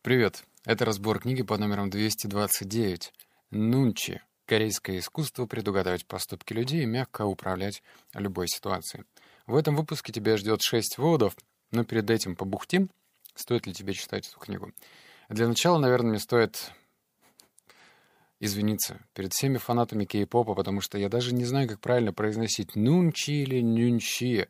Привет! Это разбор книги под номером 229. Нунчи. Корейское искусство предугадывать поступки людей и мягко управлять любой ситуацией. В этом выпуске тебя ждет 6 выводов, но перед этим побухтим, стоит ли тебе читать эту книгу. Для начала, наверное, мне стоит извиниться перед всеми фанатами кей-попа, потому что я даже не знаю, как правильно произносить нунчи или нюнчи.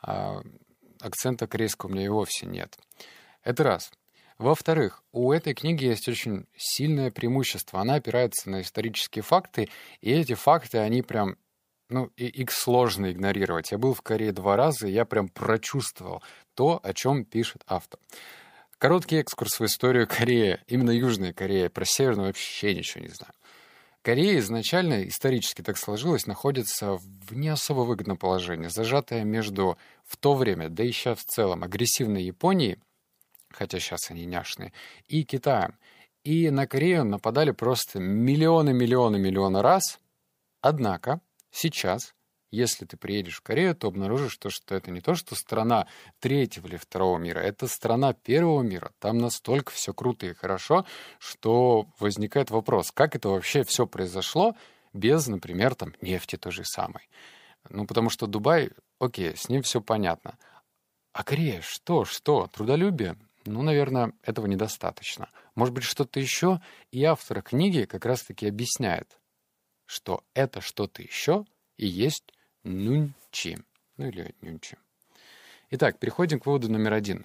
Акцента корейского у меня и вовсе нет. Это раз. Во-вторых, у этой книги есть очень сильное преимущество. Она опирается на исторические факты, и эти факты, они прям, их сложно игнорировать. Я был в Корее 2 раза, и я прям прочувствовал то, о чем пишет автор. Короткий экскурс в историю Кореи, именно Южной Кореи, про Северную вообще ничего не знаю. Корея изначально, исторически так сложилось, находится в не особо выгодном положении, зажатая между в то время, да и сейчас в целом, агрессивной Японией, хотя сейчас они няшные, и Китаем. И на Корею нападали просто миллионы раз. Однако сейчас, если ты приедешь в Корею, то обнаружишь, что это не то, что страна третьего или второго мира, это страна первого мира. Там настолько все круто и хорошо, что возникает вопрос, как это вообще все произошло без, например, там, нефти той же самой. Потому что Дубай, окей, с ним все понятно. А Корея что? Трудолюбие? Наверное, этого недостаточно. Может быть, что-то еще? И автор книги как раз-таки объясняет, что это что-то еще и есть нунчи. Или нюнчи. Итак, переходим к выводу номер 1.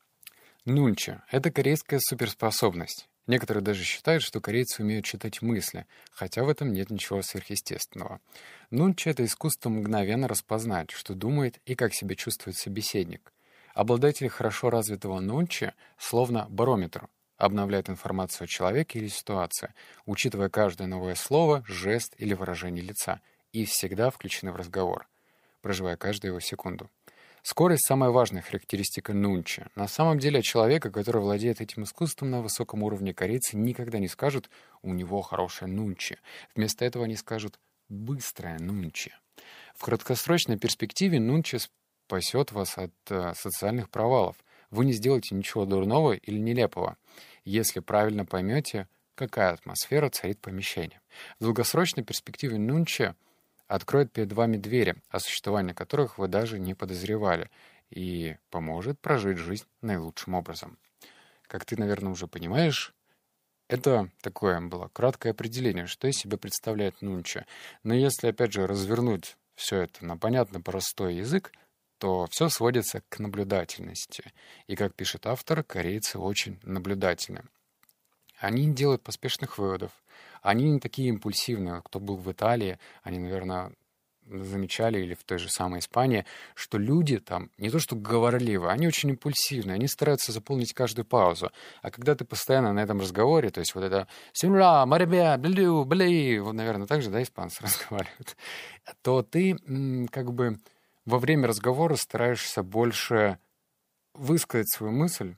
Нунчи — это корейская суперспособность. Некоторые даже считают, что корейцы умеют читать мысли, хотя в этом нет ничего сверхъестественного. Нунчи — это искусство мгновенно распознать, что думает и как себя чувствует собеседник. Обладатель хорошо развитого нунчи, словно барометр, обновляет информацию о человеке или ситуации, учитывая каждое новое слово, жест или выражение лица, и всегда включены в разговор, проживая каждую его секунду. Скорость — самая важная характеристика нунчи. На самом деле, человека, который владеет этим искусством на высоком уровне, корейцы никогда не скажут «у него хорошая нунчи». Вместо этого они скажут «быстрая нунчи». В краткосрочной перспективе нунчи спасет вас от социальных провалов. Вы не сделаете ничего дурного или нелепого, если правильно поймете, какая атмосфера царит в помещении. В долгосрочной перспективе нунчи откроет перед вами двери, о существовании которых вы даже не подозревали, и поможет прожить жизнь наилучшим образом. Как ты, наверное, уже понимаешь, это такое было краткое определение, что из себя представляет нунчи. Но если, опять же, развернуть все это на понятно простой язык, то все сводится к наблюдательности. И, как пишет автор, корейцы очень наблюдательны. Они не делают поспешных выводов. Они не такие импульсивные. Кто был в Италии, они, наверное, замечали, или в той же самой Испании, что люди там не то что говорливы, они очень импульсивны, они стараются заполнить каждую паузу. А когда ты постоянно на этом разговоре, то есть вот это «сюнра, маребя, блю, блей», вот, наверное, так же, да, испанцы разговаривают, то ты как бы во время разговора стараешься больше высказать свою мысль,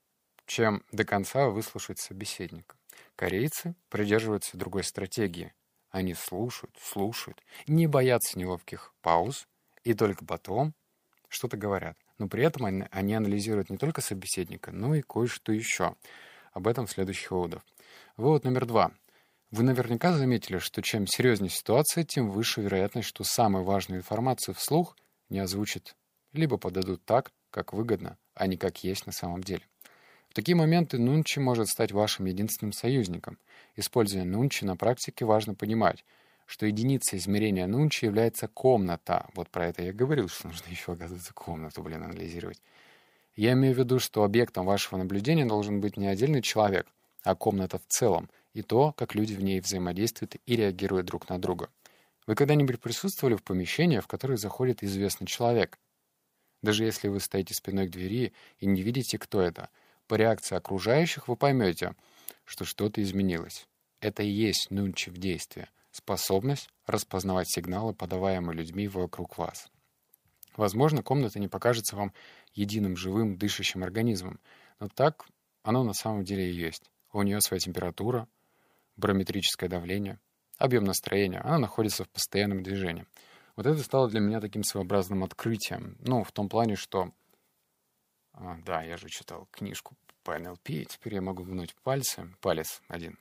чем до конца выслушать собеседника. Корейцы придерживаются другой стратегии. Они слушают, не боятся неловких пауз и только потом что-то говорят. Но при этом они анализируют не только собеседника, но и кое-что еще. Об этом в следующих выводах. Вывод номер 2. Вы наверняка заметили, что чем серьезнее ситуация, тем выше вероятность, что самую важную информацию вслух не озвучат, либо подадут так, как выгодно, а не как есть на самом деле. В такие моменты нунчи может стать вашим единственным союзником. Используя нунчи на практике, важно понимать, что единицей измерения нунчи является комната. Вот про это я говорил, что нужно еще, оказывается, комнату, анализировать. Я имею в виду, что объектом вашего наблюдения должен быть не отдельный человек, а комната в целом, и то, как люди в ней взаимодействуют и реагируют друг на друга. Вы когда-нибудь присутствовали в помещении, в которое заходит известный человек? Даже если вы стоите спиной к двери и не видите, кто это, по реакции окружающих вы поймете, что что-то изменилось. Это и есть нунчи в действии. Способность распознавать сигналы, подаваемые людьми вокруг вас. Возможно, комната не покажется вам единым живым дышащим организмом, но так оно на самом деле и есть. У нее своя температура, барометрическое давление, объем настроения. Она находится в постоянном движении. Вот это стало для меня таким своеобразным открытием. В том плане, что... Да, я же читал книжку по НЛП. Теперь я могу гнуть палец один.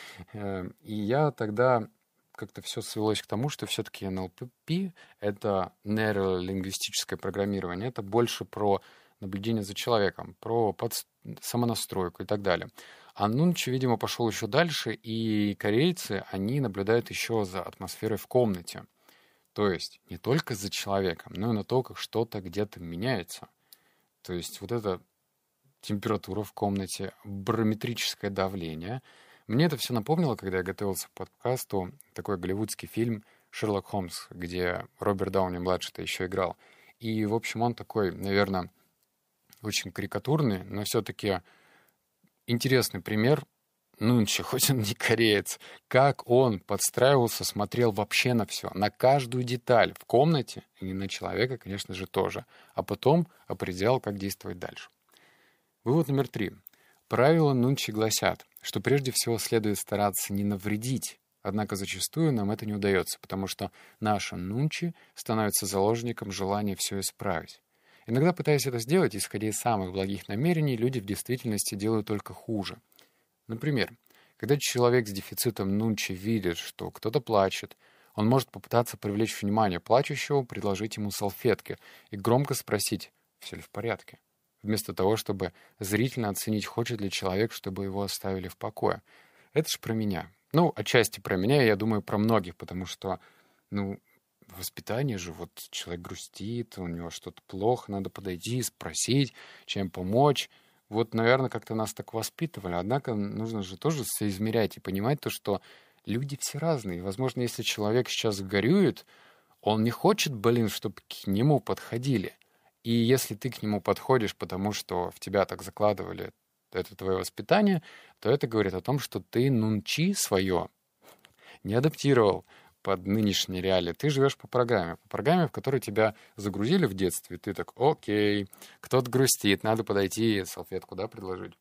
И я тогда как-то все свелось к тому, что все-таки НЛП — это нейролингвистическое программирование. Это больше про наблюдение за человеком, про самонастройку и так далее. А Нунчи, видимо, пошел еще дальше, и корейцы, они наблюдают еще за атмосферой в комнате. То есть не только за человеком, но и на то, как что-то где-то меняется. То есть вот эта температура в комнате, барометрическое давление. Мне это все напомнило, когда я готовился к подкасту, такой голливудский фильм «Шерлок Холмс», где Роберт Дауни-младший-то еще играл. И, в общем, он такой, наверное, очень карикатурный, но все-таки интересный пример. Нунчи, хоть он не кореец, как он подстраивался, смотрел вообще на все, на каждую деталь в комнате, и на человека, конечно же, тоже, а потом определял, как действовать дальше. Вывод номер 3. Правила Нунчи гласят, что прежде всего следует стараться не навредить, однако зачастую нам это не удается, потому что наша Нунчи становится заложником желания все исправить. Иногда, пытаясь это сделать, исходя из самых благих намерений, люди в действительности делают только хуже. Например, когда человек с дефицитом Нунчи видит, что кто-то плачет, он может попытаться привлечь внимание плачущего, предложить ему салфетки и громко спросить, все ли в порядке, вместо того, чтобы зрительно оценить, хочет ли человек, чтобы его оставили в покое. Это ж про меня. Ну, отчасти про меня, я думаю, про многих, потому что, воспитание же, вот человек грустит, у него что-то плохо, надо подойти, спросить, чем помочь. Вот, наверное, как-то нас так воспитывали. Однако нужно же тоже соизмерять и понимать то, что люди все разные. Возможно, если человек сейчас горюет, он не хочет, чтобы к нему подходили. И если ты к нему подходишь, потому что в тебя так закладывали это твое воспитание, то это говорит о том, что ты нунчи свое не адаптировал под нынешние реалии. Ты живешь по программе, в которой тебя загрузили в детстве. Ты так, окей, кто-то грустит, надо подойти и салфетку, предложить.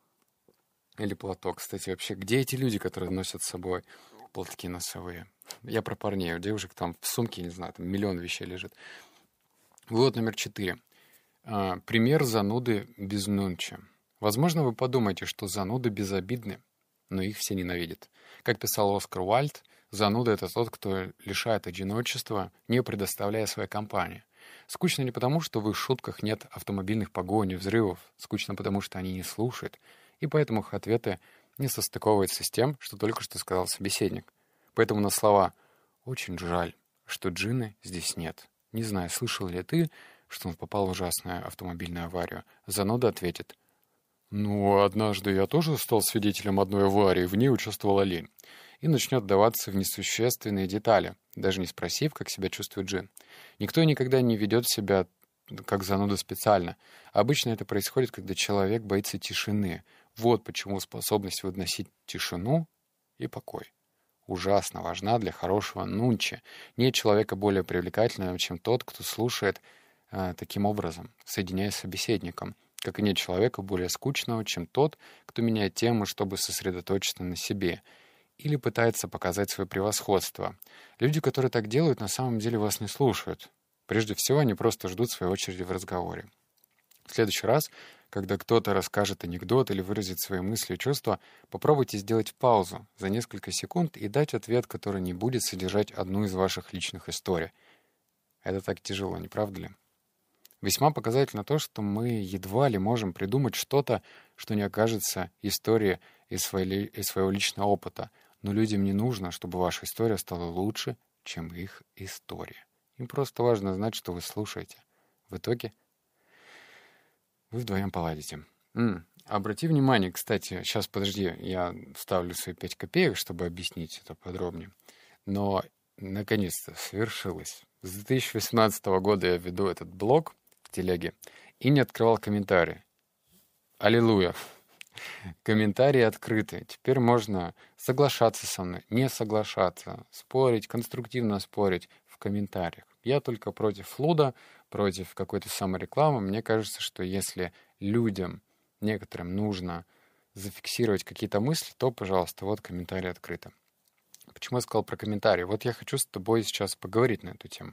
Или платок. Кстати, вообще, где эти люди, которые носят с собой платки носовые? Я про парней, у девушек там в сумке, не знаю, там миллион вещей лежит. Вывод номер 4. Пример зануды без нунчи. Возможно, вы подумаете, что зануды безобидны, но их все ненавидят. Как писал Оскар Уайльд, зануда — это тот, кто лишает одиночества, не предоставляя своей компании. Скучно не потому, что в их шутках нет автомобильных погонь и взрывов. Скучно потому, что они не слушают, и поэтому их ответы не состыковываются с тем, что только что сказал собеседник. Поэтому на слова «очень жаль, что Джины здесь нет. Не знаю, слышал ли ты, что он попал в ужасную автомобильную аварию?» Зануда ответит: однажды я тоже стал свидетелем одной аварии, в ней участвовал олень. И начнет вдаваться в несущественные детали, даже не спросив, как себя чувствует Джин. Никто никогда не ведет себя как зануда специально. Обычно это происходит, когда человек боится тишины. Вот почему способность выносить тишину и покой ужасно важна для хорошего нунчи. Нет человека более привлекательного, чем тот, кто слушает таким образом, соединяясь с собеседником. Как и нет человека более скучного, чем тот, кто меняет тему, чтобы сосредоточиться на себе, или пытается показать свое превосходство. Люди, которые так делают, на самом деле вас не слушают. Прежде всего, они просто ждут своей очереди в разговоре. В следующий раз, когда кто-то расскажет анекдот или выразит свои мысли и чувства, попробуйте сделать паузу за несколько секунд и дать ответ, который не будет содержать одну из ваших личных историй. Это так тяжело, не правда ли? Весьма показательно то, что мы едва ли можем придумать что-то, что не окажется историей из своего личного опыта. Но людям не нужно, чтобы ваша история стала лучше, чем их история. Им просто важно знать, что вы слушаете. В итоге вы вдвоем поладите. Обрати внимание, кстати, сейчас, подожди, я вставлю свои 5 копеек, чтобы объяснить это подробнее. Но, наконец-то, свершилось. С 2018 года я веду этот блог в телеге и не открывал комментарии. Аллилуйя! Комментарии открыты. Теперь можно соглашаться со мной, не соглашаться, спорить, конструктивно спорить в комментариях. Я только против флуда, против какой-то саморекламы. Мне кажется, что если людям, некоторым, нужно зафиксировать какие-то мысли, то, пожалуйста, вот комментарии открыты. Почему я сказал про комментарии? Вот я хочу с тобой сейчас поговорить на эту тему.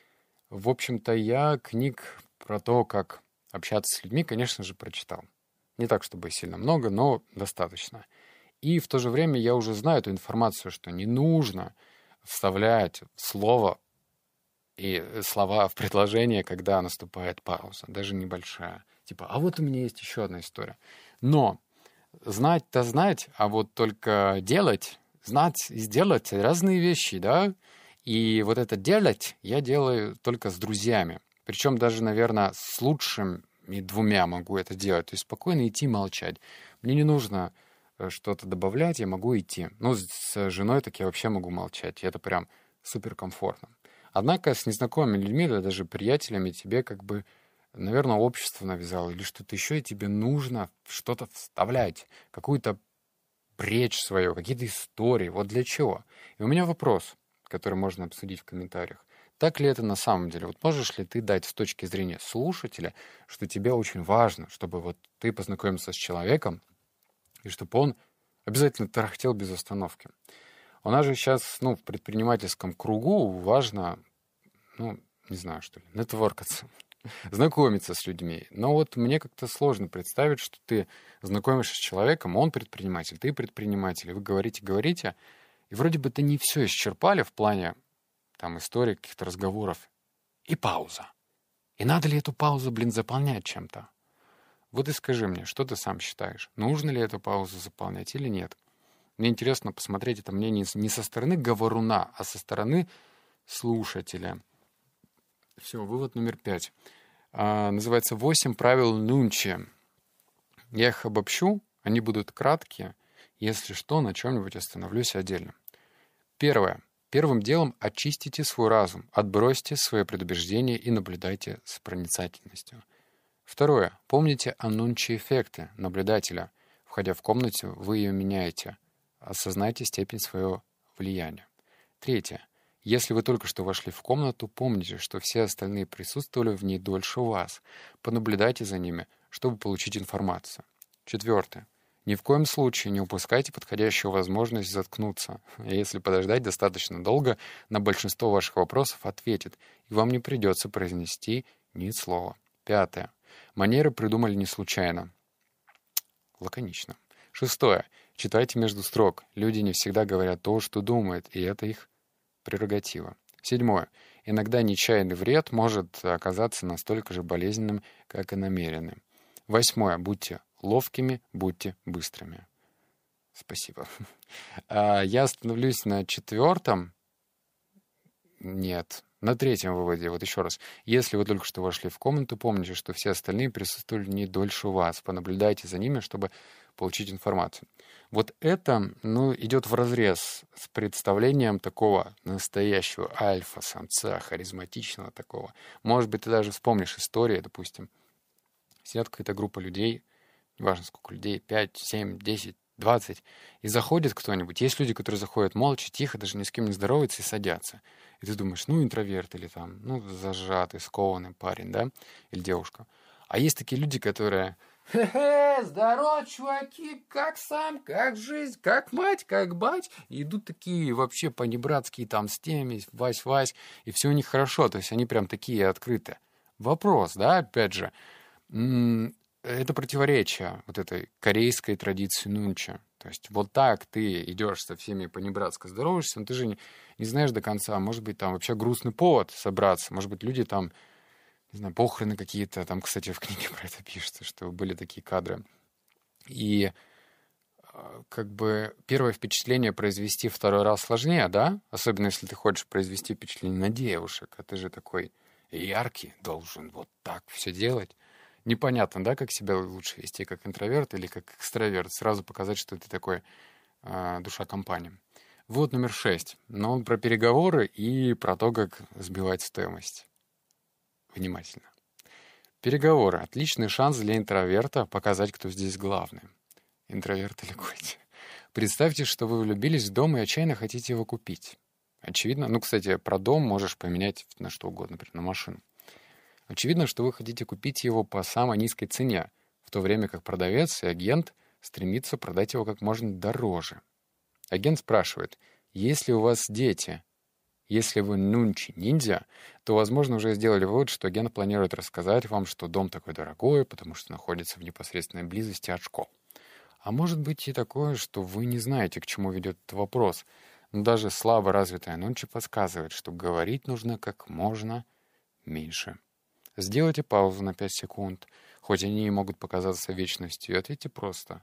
В общем-то, я книг про то, как общаться с людьми, конечно же, прочитал. Не так, чтобы сильно много, но достаточно. И в то же время я уже знаю эту информацию, что не нужно вставлять слово и слова в предложение, когда наступает пауза, даже небольшая. Типа, а вот у меня есть еще одна история. Но знать-то знать, а вот только делать, знать и сделать разные вещи, да? И вот это делать я делаю только с друзьями. Причем даже, наверное, с лучшими двумя могу это делать. То есть спокойно идти молчать. Мне не нужно что-то добавлять, я могу идти. Ну, с женой так я вообще могу молчать. И это прям суперкомфортно. Однако с незнакомыми людьми, да даже приятелями, тебе как бы, наверное, общество навязало или что-то еще, и тебе нужно что-то вставлять, какую-то речь свою, какие-то истории. Вот для чего? И у меня вопрос, который можно обсудить в комментариях. Так ли это на самом деле? Вот можешь ли ты дать с точки зрения слушателя, что тебе очень важно, чтобы вот ты познакомился с человеком, и чтобы он обязательно тарахтел без остановки? У нас же сейчас, в предпринимательском кругу важно, не знаю, что ли, нетворкаться, знакомиться с людьми. Но вот мне как-то сложно представить, что ты знакомишься с человеком, он предприниматель, ты предприниматель, и вы говорите, и вроде бы ты не все исчерпали в плане там истории, каких-то разговоров, и пауза. И надо ли эту паузу, заполнять чем-то? Вот и скажи мне, что ты сам считаешь? Нужно ли эту паузу заполнять или нет? Мне интересно посмотреть это мнение не со стороны говоруна, а со стороны слушателя. Все, вывод номер 5. Называется «8 правил Нунчи». Я их обобщу, они будут краткие. Если что, на чем-нибудь остановлюсь отдельно. Первое. Первым делом очистите свой разум, отбросьте свои предубеждения и наблюдайте с проницательностью. Второе. Помните о Нунчи-эффекте наблюдателя. Входя в комнату, вы ее меняете. Осознайте степень своего влияния. Третье. Если вы только что вошли в комнату, помните, что все остальные присутствовали в ней дольше вас. Понаблюдайте за ними, чтобы получить информацию. Четвертое. Ни в коем случае не упускайте подходящую возможность заткнуться. А если подождать достаточно долго, на большинство ваших вопросов ответит, и вам не придется произнести ни слова. Пятое. Манеры придумали не случайно. Лаконично. Шестое. Читайте между строк. Люди не всегда говорят то, что думают, и это их прерогатива. Седьмое. Иногда нечаянный вред может оказаться настолько же болезненным, как и намеренным. Восьмое. Будьте ловкими, будьте быстрыми. Спасибо. Я остановлюсь на четвертом. Нет. На третьем выводе. Вот еще раз. Если вы только что вошли в комнату, помните, что все остальные присутствовали не дольше вас. Понаблюдайте за ними, чтобы получить информацию. Вот это, идет вразрез с представлением такого настоящего альфа-самца, харизматичного такого. Может быть, ты даже вспомнишь истории, допустим. Сидят какая-то группа людей, неважно сколько людей, 5, 7, 10, 20, и заходит кто-нибудь. Есть люди, которые заходят молча, тихо, даже ни с кем не здороваются и садятся. И ты думаешь, интроверт или там, зажатый, скованный парень, да, или девушка. А есть такие люди, которые: «Хе-хе, здорово, чуваки, как сам, как жизнь, как мать, как бать». И идут такие вообще понебратские там с теми, вась-вась, и все у них хорошо, то есть они прям такие открытые. Вопрос, да, опять же, это противоречие вот этой корейской традиции нунча. То есть вот так ты идешь со всеми понебратско здороваешься, но ты же не знаешь до конца. Может быть, там вообще грустный повод собраться. Может быть, люди там, не знаю, похороны какие-то. Там, кстати, в книге про это пишется, что были такие кадры. И как бы первое впечатление произвести второй раз сложнее, да? Особенно, если ты хочешь произвести впечатление на девушек. А ты же такой яркий, должен вот так все делать. Непонятно, да, как себя лучше вести, как интроверт или как экстраверт. Сразу показать, что ты такой душа компании. Вот номер 6. Но он про переговоры и про то, как сбивать стоимость. Внимательно. Переговоры. Отличный шанс для интроверта показать, кто здесь главный. Интроверт или гость. Представьте, что вы влюбились в дом и отчаянно хотите его купить. Очевидно. Кстати, про дом можешь поменять на что угодно, например, на машину. Очевидно, что вы хотите купить его по самой низкой цене, в то время как продавец и агент стремится продать его как можно дороже. Агент спрашивает: «Есть ли у вас дети?» Если вы нунчи-ниндзя, то, возможно, уже сделали вывод, что агент планирует рассказать вам, что дом такой дорогой, потому что находится в непосредственной близости от школ. А может быть и такое, что вы не знаете, к чему ведет этот вопрос. Но даже слабо развитая нунчи подсказывает, что говорить нужно как можно меньше. Сделайте паузу на 5 секунд, хоть они и могут показаться вечностью, и ответьте просто.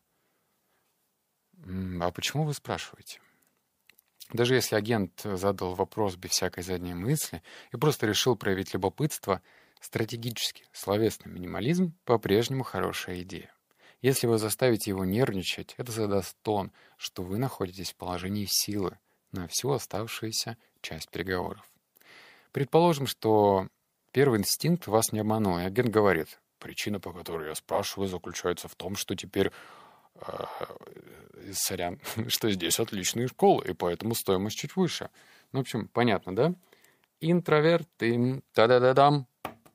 А почему вы спрашиваете? Даже если агент задал вопрос без всякой задней мысли и просто решил проявить любопытство, стратегически словесный минимализм по-прежнему хорошая идея. Если вы заставите его нервничать, это задаст тон, что вы находитесь в положении силы на всю оставшуюся часть переговоров. Предположим, что первый инстинкт вас не обманул, и агент говорит: «Причина, по которой я спрашиваю, заключается в том, что теперь сорян, что здесь отличные школы, и поэтому стоимость чуть выше». Ну, в общем, понятно, да? Интроверты, та-да-да-дам.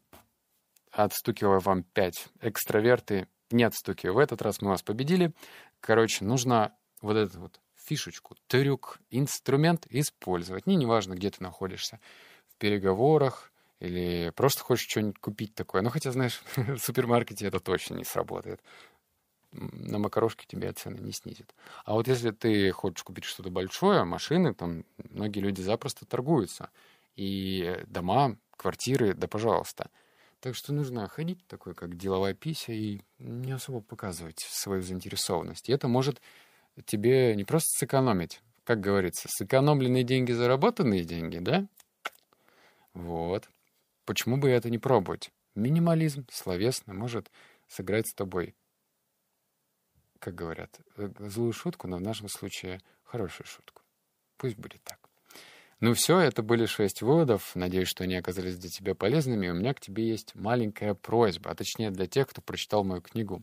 Отстукиваю вам 5. Экстраверты, не отстукиваю. В этот раз мы вас победили. Короче, нужно вот эту вот фишечку, трюк, инструмент использовать. Неважно, где ты находишься. В переговорах или просто хочешь что-нибудь купить такое. Ну, хотя, знаешь, в супермаркете это точно не сработает. На макарошке тебе цены не снизит. А вот если ты хочешь купить что-то большое, машины, там многие люди запросто торгуются. И дома, квартиры, да пожалуйста. Так что нужно ходить такой, как деловая пися, и не особо показывать свою заинтересованность. И это может тебе не просто сэкономить, как говорится, сэкономленные деньги, заработанные деньги, да? Вот. Почему бы это не пробовать? Минимализм словесный может сыграть с тобой, как говорят, злую шутку, но в нашем случае хорошую шутку. Пусть будет так. Ну все, это были 6 выводов. Надеюсь, что они оказались для тебя полезными. И у меня к тебе есть маленькая просьба, а точнее для тех, кто прочитал мою книгу.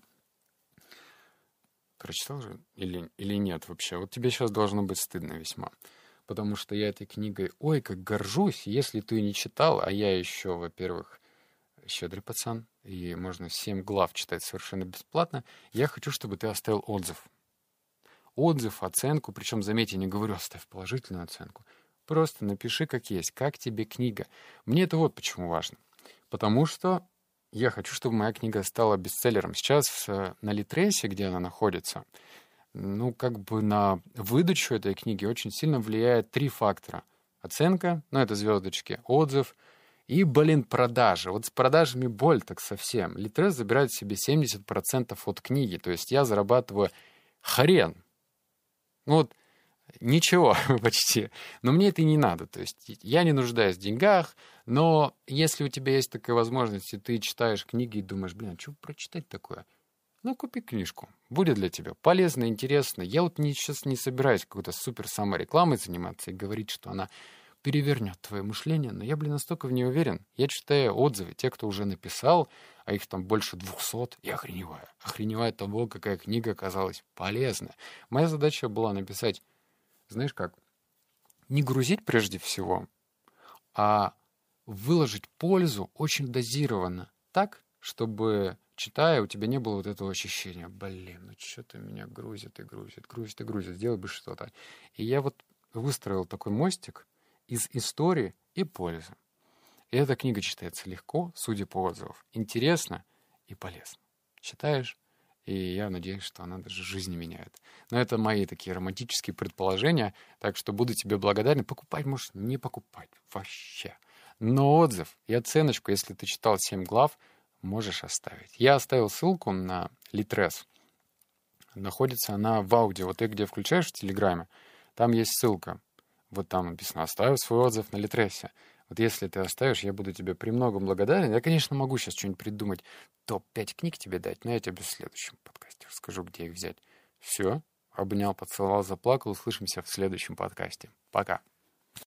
Прочитал же? Или нет вообще? Вот тебе сейчас должно быть стыдно весьма. Потому что я этой книгой, ой, как горжусь. Если ты не читал, а я еще, во-первых, щедрый пацан, и можно 7 глав читать совершенно бесплатно, я хочу, чтобы ты оставил отзыв. Отзыв, оценку, причем, заметь, я не говорю, оставь положительную оценку. Просто напиши, как есть, как тебе книга. Мне это вот почему важно. Потому что я хочу, чтобы моя книга стала бестселлером. Сейчас на Литресе, где она находится, ну, как бы на выдачу этой книги очень сильно влияет 3 фактора. Оценка, ну, это звездочки, отзыв и, продажи. Вот с продажами боль так совсем. Литрес забирает себе 70% от книги. То есть я зарабатываю хрен. Ну, вот ничего почти. Но мне это и не надо. То есть я не нуждаюсь в деньгах, но если у тебя есть такая возможность, и ты читаешь книги и думаешь, блин, а что прочитать такое? Ну, купи книжку. Будет для тебя полезно, интересно. Я вот сейчас не собираюсь какой-то супер саморекламой заниматься и говорить, что она перевернет твое мышление, но я, настолько в ней уверен. Я читаю отзывы, те, кто уже написал, а их там больше 200, и охреневаю. Охреневаю от того, какая книга оказалась полезная. Моя задача была написать, знаешь как, не грузить прежде всего, а выложить пользу очень дозированно. Так, чтобы, читая, у тебя не было вот этого ощущения, блин, ну что-то меня грузит и грузит, грузит и грузит, сделай бы что-то. И я вот выстроил такой мостик из истории и пользы. И эта книга читается легко, судя по отзывам, интересно и полезно. Читаешь, и я надеюсь, что она даже жизни меняет. Но это мои такие романтические предположения, так что буду тебе благодарен. Покупать можешь, не покупать вообще. Но отзыв и оценочку, если ты читал 7 глав, можешь оставить. Я оставил ссылку на Литрес. Находится она в аудио. Вот ты где включаешь в Телеграме, там есть ссылка. Вот там написано «Оставь свой отзыв на Литресе». Вот если ты оставишь, я буду тебе премного благодарен. Я, конечно, могу сейчас что-нибудь придумать, топ-5 книг тебе дать, но я тебе в следующем подкасте расскажу, где их взять. Все, обнял, поцеловал, заплакал. Услышимся в следующем подкасте. Пока.